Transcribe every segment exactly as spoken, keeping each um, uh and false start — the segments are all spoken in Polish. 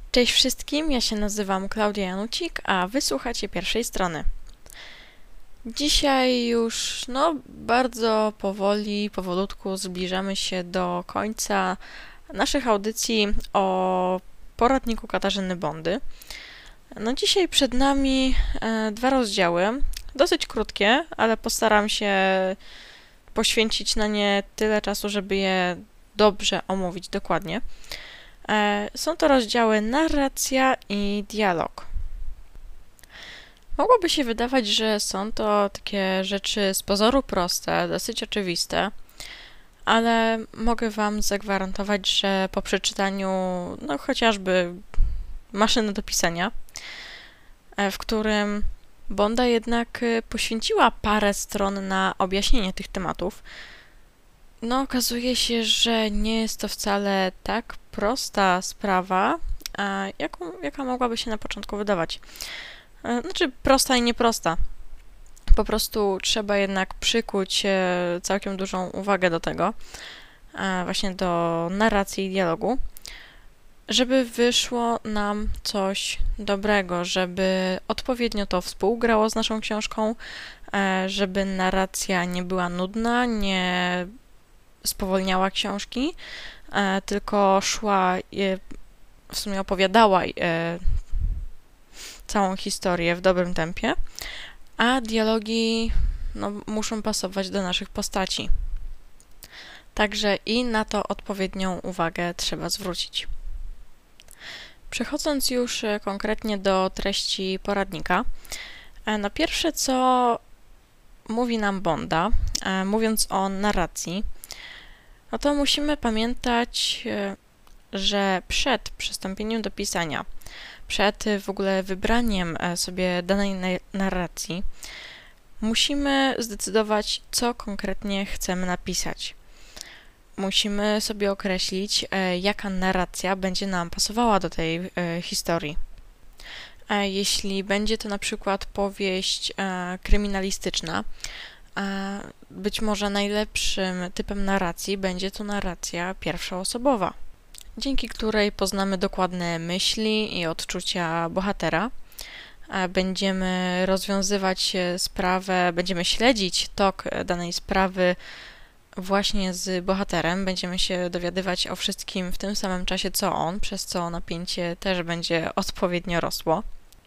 Cześć wszystkim, ja się nazywam Klaudia Janucik, a wysłuchacie pierwszej strony. Dzisiaj już no, bardzo powoli, powolutku zbliżamy się do końca naszych audycji o poradniku Katarzyny Bondy. No dzisiaj przed nami e, dwa rozdziały, dosyć krótkie, ale postaram się poświęcić na nie tyle czasu, żeby je dobrze omówić dokładnie. Są to rozdziały narracja i dialog. Mogłoby się wydawać, że są to takie rzeczy z pozoru proste, dosyć oczywiste, ale mogę Wam zagwarantować, że po przeczytaniu no chociażby maszyny do pisania, w którym Bonda jednak poświęciła parę stron na objaśnienie tych tematów, no okazuje się, że nie jest to wcale tak prosta sprawa, jaką, jaka mogłaby się na początku wydawać. Znaczy prosta i nieprosta. Po prostu trzeba jednak przykuć całkiem dużą uwagę do tego, właśnie do narracji i dialogu, żeby wyszło nam coś dobrego, żeby odpowiednio to współgrało z naszą książką, żeby narracja nie była nudna, nie spowolniała książki, tylko szła, w sumie opowiadała całą historię w dobrym tempie, a dialogi no, muszą pasować do naszych postaci. Także i na to odpowiednią uwagę trzeba zwrócić. Przechodząc już konkretnie do treści poradnika, no pierwsze co mówi nam Bonda, mówiąc o narracji, no to musimy pamiętać, że przed przystąpieniem do pisania, przed w ogóle wybraniem sobie danej narracji, musimy zdecydować, co konkretnie chcemy napisać. Musimy sobie określić, jaka narracja będzie nam pasowała do tej historii. Jeśli będzie to na przykład powieść kryminalistyczna, być może najlepszym typem narracji będzie to narracja pierwszoosobowa, dzięki której poznamy dokładne myśli i odczucia bohatera. Będziemy rozwiązywać sprawę, będziemy śledzić tok danej sprawy właśnie z bohaterem, będziemy się dowiadywać o wszystkim w tym samym czasie co on, przez co napięcie też będzie odpowiednio rosło.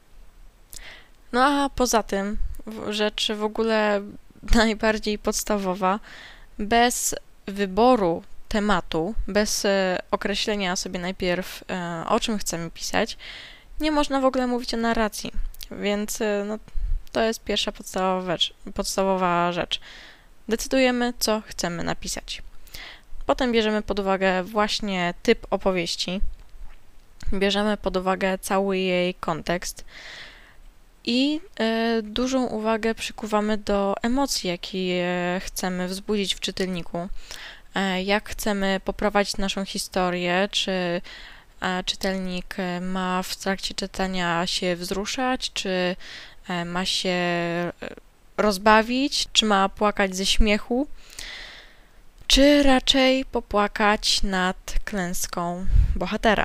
No a poza tym, rzecz w ogóle najbardziej podstawowa, bez wyboru tematu, bez określenia sobie najpierw, o czym chcemy pisać, nie można w ogóle mówić o narracji, więc no, to jest pierwsza podstawowa rzecz, podstawowa rzecz. Decydujemy, co chcemy napisać. Potem bierzemy pod uwagę właśnie typ opowieści, bierzemy pod uwagę cały jej kontekst i y, dużą uwagę przykuwamy do emocji, jakie chcemy wzbudzić w czytelniku, y, jak chcemy poprowadzić naszą historię, czy czytelnik ma w trakcie czytania się wzruszać, czy ma się rozbawić, czy ma płakać ze śmiechu, czy raczej popłakać nad klęską bohatera.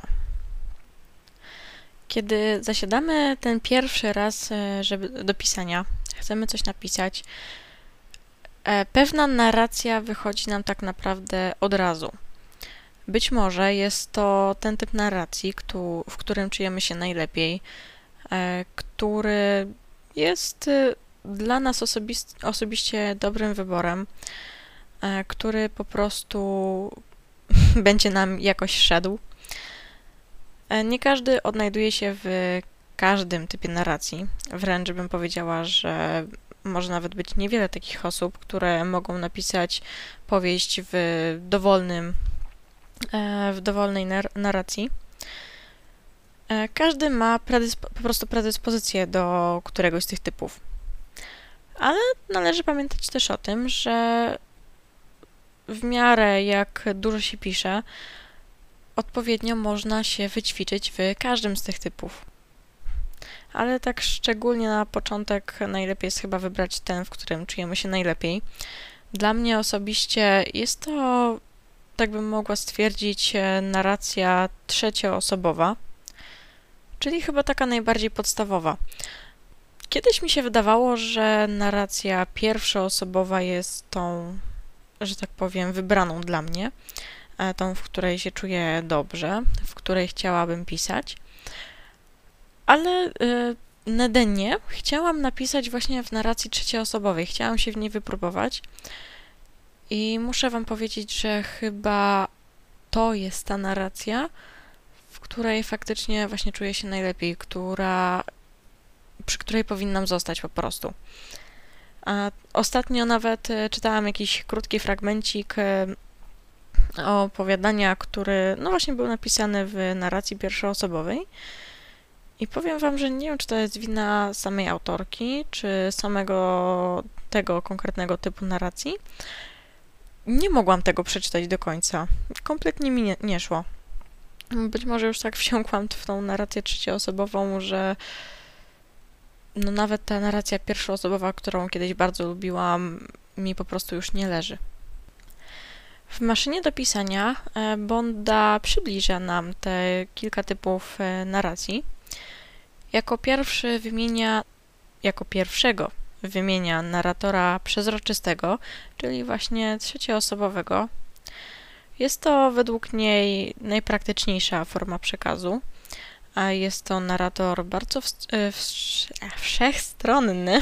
Kiedy zasiadamy ten pierwszy raz żeby, do pisania, chcemy coś napisać, pewna narracja wychodzi nam tak naprawdę od razu. Być może jest to ten typ narracji, w którym czujemy się najlepiej, który jest dla nas osobiście dobrym wyborem, który po prostu będzie nam jakoś szedł. Nie każdy odnajduje się w każdym typie narracji, wręcz bym powiedziała, że może nawet być niewiele takich osób, które mogą napisać powieść w dowolnym w dowolnej narracji. Każdy ma predyspo- po prostu predyspozycję do któregoś z tych typów. Ale należy pamiętać też o tym, że w miarę jak dużo się pisze, odpowiednio można się wyćwiczyć w każdym z tych typów. Ale tak szczególnie na początek najlepiej jest chyba wybrać ten, w którym czujemy się najlepiej. Dla mnie osobiście jest to, tak bym mogła stwierdzić, narracja trzecioosobowa. czyli chyba taka najbardziej podstawowa. Kiedyś mi się wydawało, że narracja pierwszoosobowa jest tą, że tak powiem, wybraną dla mnie, tą, w której się czuję dobrze, w której chciałabym pisać, ale yy, nadennie chciałam napisać właśnie w narracji trzecioosobowej, chciałam się w niej wypróbować i muszę wam powiedzieć, że chyba to jest ta narracja, w której faktycznie właśnie czuję się najlepiej, która, przy której powinnam zostać po prostu. A ostatnio nawet czytałam jakiś krótki fragmencik opowiadania, który no właśnie był napisany w narracji pierwszoosobowej i powiem wam, że nie wiem, czy to jest wina samej autorki, czy samego tego konkretnego typu narracji. Nie mogłam tego przeczytać do końca. Kompletnie mi nie, nie szło. Być może już tak wsiąkłam w tą narrację trzecioosobową, że no nawet ta narracja pierwszoosobowa, którą kiedyś bardzo lubiłam, mi po prostu już nie leży. W maszynie do pisania Bonda przybliża nam te kilka typów narracji. Jako pierwszy wymienia, jako pierwszego wymienia narratora przezroczystego, czyli właśnie trzecioosobowego. Jest to według niej najpraktyczniejsza forma przekazu, a jest to narrator bardzo wszechstronny,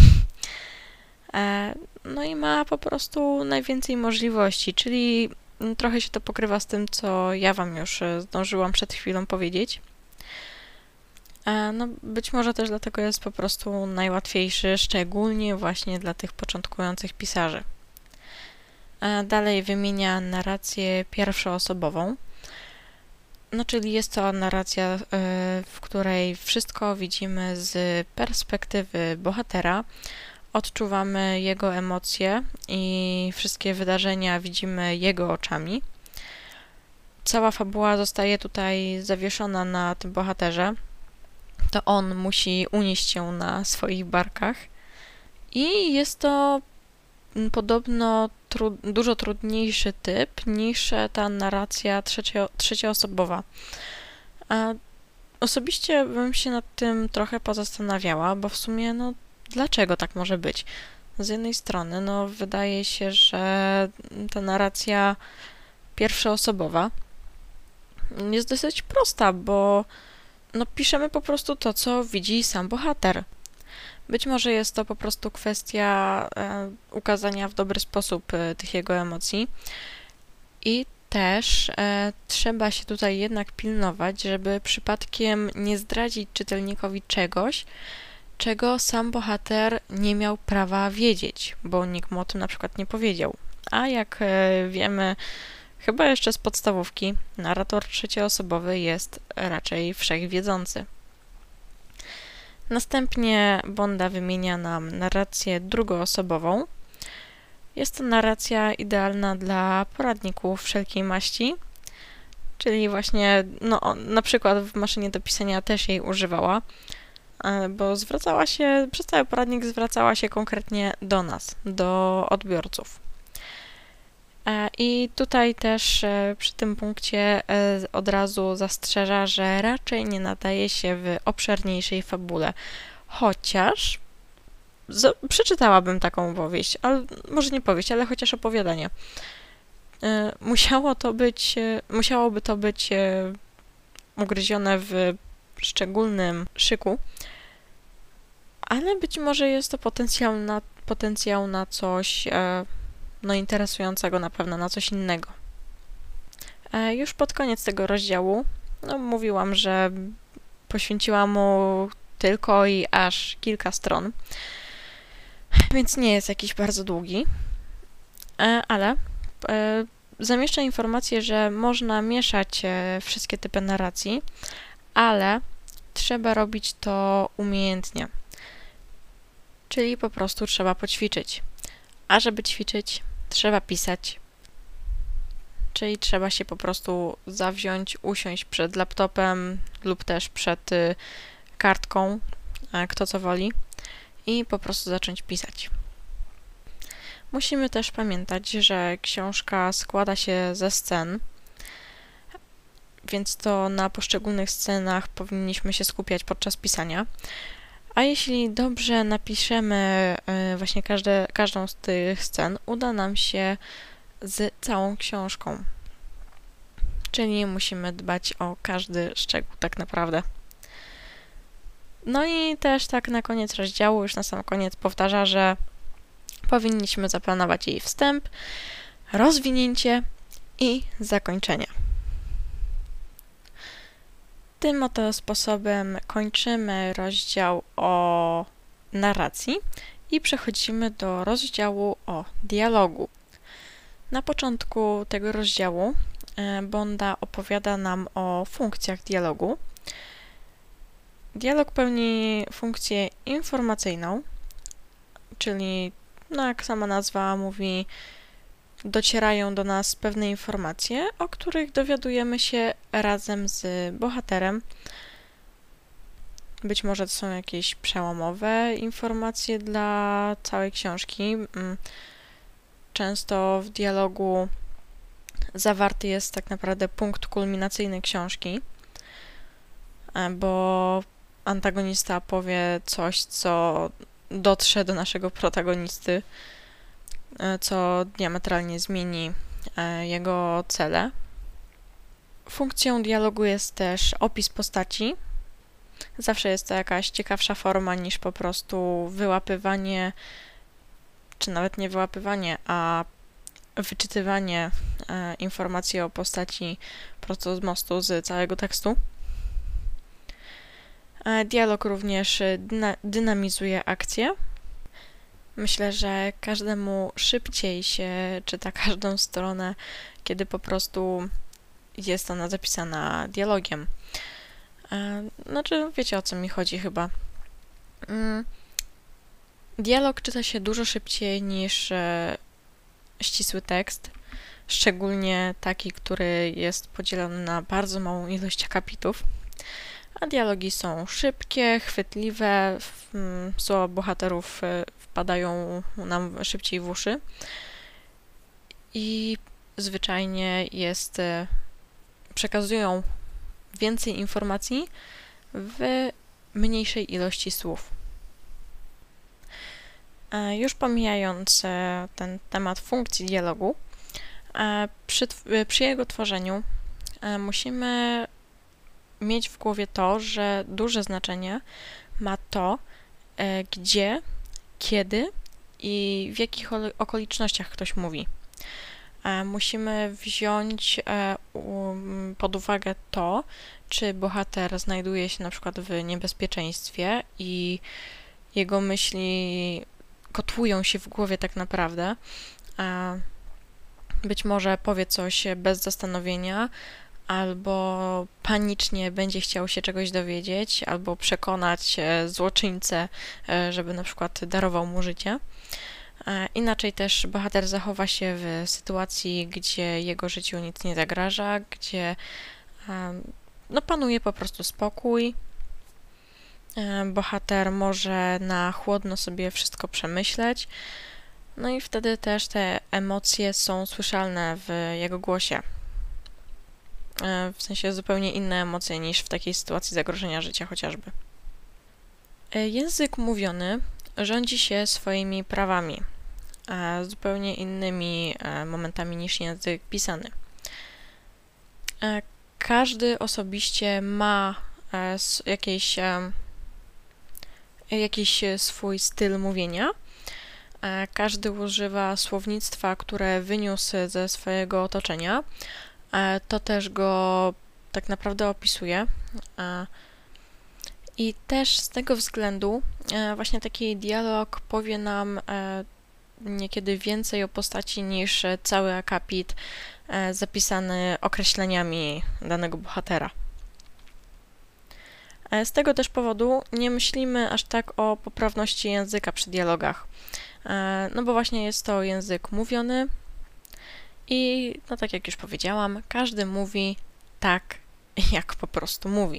no i ma po prostu najwięcej możliwości, czyli trochę się to pokrywa z tym, co ja wam już zdążyłam przed chwilą powiedzieć. No, być może też dlatego jest po prostu najłatwiejszy, szczególnie właśnie dla tych początkujących pisarzy. Dalej wymienia narrację pierwszoosobową, no czyli jest to narracja, w której wszystko widzimy z perspektywy bohatera, odczuwamy jego emocje i wszystkie wydarzenia widzimy jego oczami. Cała fabuła zostaje tutaj zawieszona na tym bohaterze. To on musi unieść ją na swoich barkach i jest to podobno tru dużo trudniejszy typ niż ta narracja trzecio trzecioosobowa. A osobiście bym się nad tym trochę pozastanawiała, bo w sumie no dlaczego tak może być? Z jednej strony no wydaje się, że ta narracja pierwszoosobowa jest dosyć prosta, bo no piszemy po prostu to, co widzi sam bohater. Być może jest to po prostu kwestia e, ukazania w dobry sposób e, tych jego emocji i też e, trzeba się tutaj jednak pilnować, żeby przypadkiem nie zdradzić czytelnikowi czegoś, czego sam bohater nie miał prawa wiedzieć, bo nikt mu o tym na przykład nie powiedział. A jak e, wiemy, chyba jeszcze z podstawówki, narrator trzecioosobowy jest raczej wszechwiedzący. Następnie Bonda wymienia nam narrację drugoosobową. Jest to narracja idealna dla poradników wszelkiej maści, czyli właśnie, no, na przykład w maszynie do pisania też jej używała, bo zwracała się, przez cały poradnik zwracała się konkretnie do nas, do odbiorców. I tutaj też przy tym punkcie od razu zastrzeża, że raczej nie nadaje się w obszerniejszej fabule. Chociaż z, przeczytałabym taką powieść, ale może nie powieść, ale chociaż opowiadanie. Musiało to być, musiałoby to być ugryzione w szczególnym szyku, ale być może jest to potencjał na, potencjał na coś no interesującego na pewno, na coś innego. E, już pod koniec tego rozdziału no, mówiłam, że poświęciłam mu tylko i aż kilka stron, więc nie jest jakiś bardzo długi, e, ale e, zamieszczę informację, że można mieszać e, wszystkie typy narracji, ale trzeba robić to umiejętnie, czyli po prostu trzeba poćwiczyć. A żeby ćwiczyć, trzeba pisać, czyli trzeba się po prostu zawziąć, usiąść przed laptopem lub też przed y, kartką, kto co woli, i po prostu zacząć pisać. Musimy też pamiętać, że książka składa się ze scen, więc to na poszczególnych scenach powinniśmy się skupiać podczas pisania. A jeśli dobrze napiszemy właśnie każde, każdą z tych scen, uda nam się z całą książką. Czyli musimy dbać o każdy szczegół tak naprawdę. No i też tak na koniec rozdziału, już na sam koniec powtarza, że powinniśmy zaplanować jej wstęp, rozwinięcie i zakończenie. Tym oto sposobem kończymy rozdział o narracji i przechodzimy do rozdziału o dialogu. Na początku tego rozdziału Bonda opowiada nam o funkcjach dialogu. Dialog pełni funkcję informacyjną, czyli, no jak sama nazwa mówi, docierają do nas pewne informacje, o których dowiadujemy się razem z bohaterem. Być może to są jakieś przełomowe informacje dla całej książki. Często w dialogu zawarty jest tak naprawdę punkt kulminacyjny książki, bo antagonista powie coś, co dotrze do naszego protagonisty, co diametralnie zmieni jego cele. Funkcją dialogu jest też opis postaci. Zawsze jest to jakaś ciekawsza forma niż po prostu wyłapywanie, czy nawet nie wyłapywanie, a wyczytywanie informacji o postaci prosto z mostu z całego tekstu. Dialog również dyna- dynamizuje akcję. Myślę, że każdemu szybciej się czyta każdą stronę, kiedy po prostu jest ona zapisana dialogiem. Znaczy, wiecie, o co mi chodzi chyba. Dialog czyta się dużo szybciej niż ścisły tekst, szczególnie taki, który jest podzielony na bardzo małą ilość akapitów. A dialogi są szybkie, chwytliwe, słowa bohaterów wpadają nam szybciej w uszy i zwyczajnie jest, przekazują więcej informacji w mniejszej ilości słów. Już pomijając ten temat funkcji dialogu, przy, przy jego tworzeniu musimy mieć w głowie to, że duże znaczenie ma to, gdzie, kiedy i w jakich okolicznościach ktoś mówi. Musimy wziąć pod uwagę to, czy bohater znajduje się na przykład w niebezpieczeństwie i jego myśli kotłują się w głowie tak naprawdę. Być może powie coś bez zastanowienia, albo panicznie będzie chciał się czegoś dowiedzieć, albo przekonać złoczyńcę, żeby na przykład darował mu życie. Inaczej też bohater zachowa się w sytuacji, gdzie jego życiu nic nie zagraża, gdzie no, panuje po prostu spokój. Bohater może na chłodno sobie wszystko przemyśleć, no i wtedy też te emocje są słyszalne w jego głosie. W sensie zupełnie inne emocje niż w takiej sytuacji zagrożenia życia chociażby. Język mówiony rządzi się swoimi prawami, zupełnie innymi momentami niż język pisany. Każdy osobiście ma jakieś, jakiś swój styl mówienia. Każdy używa słownictwa, które wyniósł ze swojego otoczenia. To też go tak naprawdę opisuje. I też z tego względu właśnie taki dialog powie nam niekiedy więcej o postaci niż cały akapit zapisany określeniami danego bohatera. Z tego też powodu nie myślimy aż tak o poprawności języka przy dialogach. No bo właśnie jest to język mówiony i, no tak jak już powiedziałam, każdy mówi tak, jak po prostu mówi.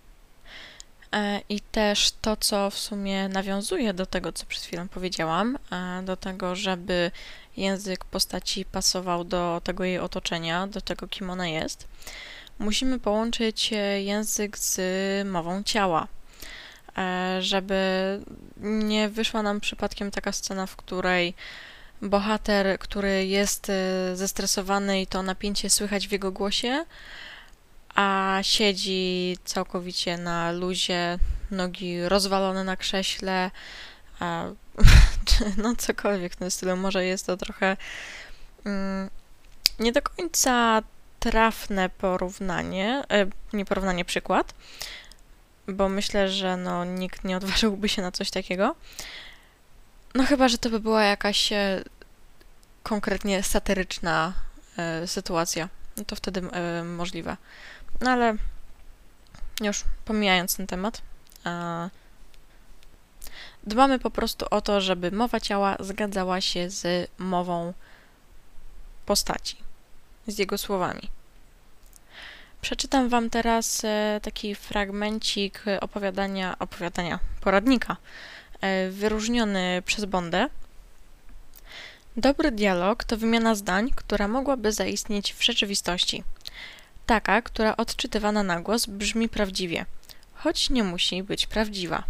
I też to, co w sumie nawiązuje do tego, co przed chwilą powiedziałam, do tego, żeby język postaci pasował do tego jej otoczenia, do tego, kim ona jest, musimy połączyć język z mową ciała, żeby nie wyszła nam przypadkiem taka scena, w której bohater, który jest zestresowany i to napięcie słychać w jego głosie, a siedzi całkowicie na luzie, nogi rozwalone na krześle, a, no cokolwiek w tym stylu. Może jest to trochę mm, nie do końca trafne porównanie, e, nie porównanie, przykład, bo myślę, że no, nikt nie odważyłby się na coś takiego. No chyba, że to by była jakaś e, konkretnie satyryczna e, sytuacja. No to wtedy e, możliwe. No ale już pomijając ten temat, e, dbamy po prostu o to, żeby mowa ciała zgadzała się z mową postaci, z jego słowami. Przeczytam Wam teraz e, taki fragmencik opowiadania, opowiadania, poradnika, e, wyróżniony przez Bondę. Dobry dialog to wymiana zdań, która mogłaby zaistnieć w rzeczywistości. Taka, która odczytywana na głos brzmi prawdziwie, choć nie musi być prawdziwa.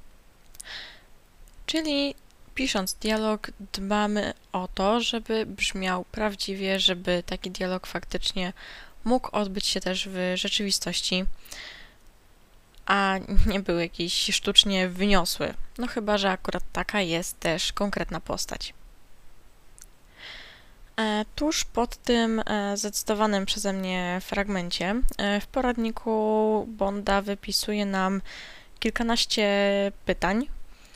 Czyli pisząc dialog, dbamy o to, żeby brzmiał prawdziwie, żeby taki dialog faktycznie mógł odbyć się też w rzeczywistości, a nie był jakiś sztucznie wyniosły. No chyba że akurat taka jest też konkretna postać. E, tuż pod tym e, zacytowanym przeze mnie fragmencie e, w poradniku Bonda wypisuje nam kilkanaście pytań,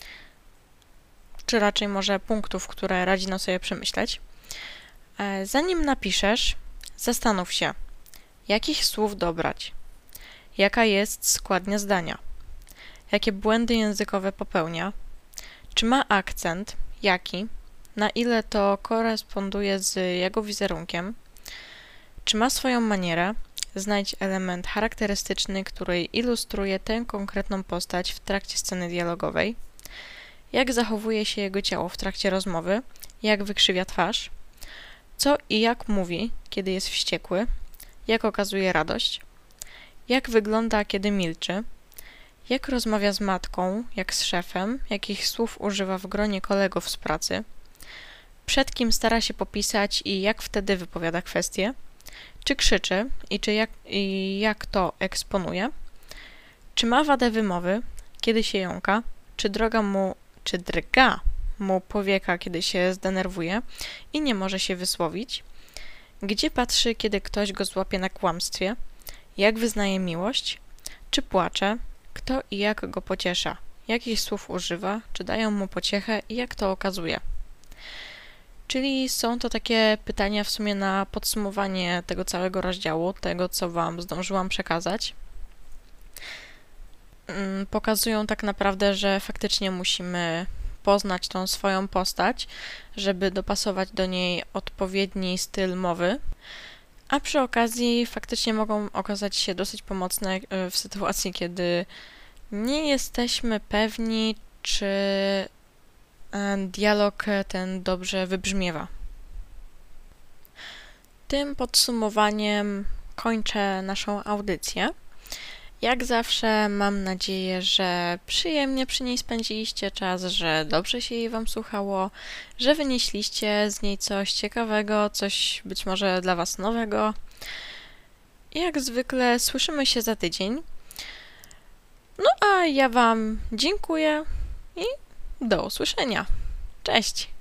czy raczej może punktów, które radzi nam sobie przemyśleć. E, zanim napiszesz, zastanów się, jakich słów dobrać, jaka jest składnia zdania, jakie błędy językowe popełnia, czy ma akcent, jaki, na ile to koresponduje z jego wizerunkiem, czy ma swoją manierę, znajdź element charakterystyczny, który ilustruje tę konkretną postać w trakcie sceny dialogowej, jak zachowuje się jego ciało w trakcie rozmowy, jak wykrzywia twarz, co i jak mówi, kiedy jest wściekły, jak okazuje radość, jak wygląda, kiedy milczy, jak rozmawia z matką, jak z szefem, jakich słów używa w gronie kolegów z pracy, przed kim stara się popisać i jak wtedy wypowiada kwestie, czy krzyczy i, czy jak, i jak to eksponuje, czy ma wadę wymowy, kiedy się jąka, czy droga mu, czy drga mu powieka, kiedy się zdenerwuje i nie może się wysłowić, gdzie patrzy, kiedy ktoś go złapie na kłamstwie, jak wyznaje miłość, czy płacze, kto i jak go pociesza, jakich słów używa, czy dają mu pociechę i jak to okazuje. Czyli są to takie pytania w sumie na podsumowanie tego całego rozdziału, tego co Wam zdążyłam przekazać. Pokazują tak naprawdę, że faktycznie musimy poznać tą swoją postać, żeby dopasować do niej odpowiedni styl mowy, a przy okazji faktycznie mogą okazać się dosyć pomocne w sytuacji, kiedy nie jesteśmy pewni, czy dialog ten dobrze wybrzmiewa. Tym podsumowaniem kończę naszą audycję. Jak zawsze mam nadzieję, że przyjemnie przy niej spędziliście czas, że dobrze się jej Wam słuchało, że wynieśliście z niej coś ciekawego, coś być może dla Was nowego. I jak zwykle słyszymy się za tydzień. No a ja Wam dziękuję i do usłyszenia. Cześć!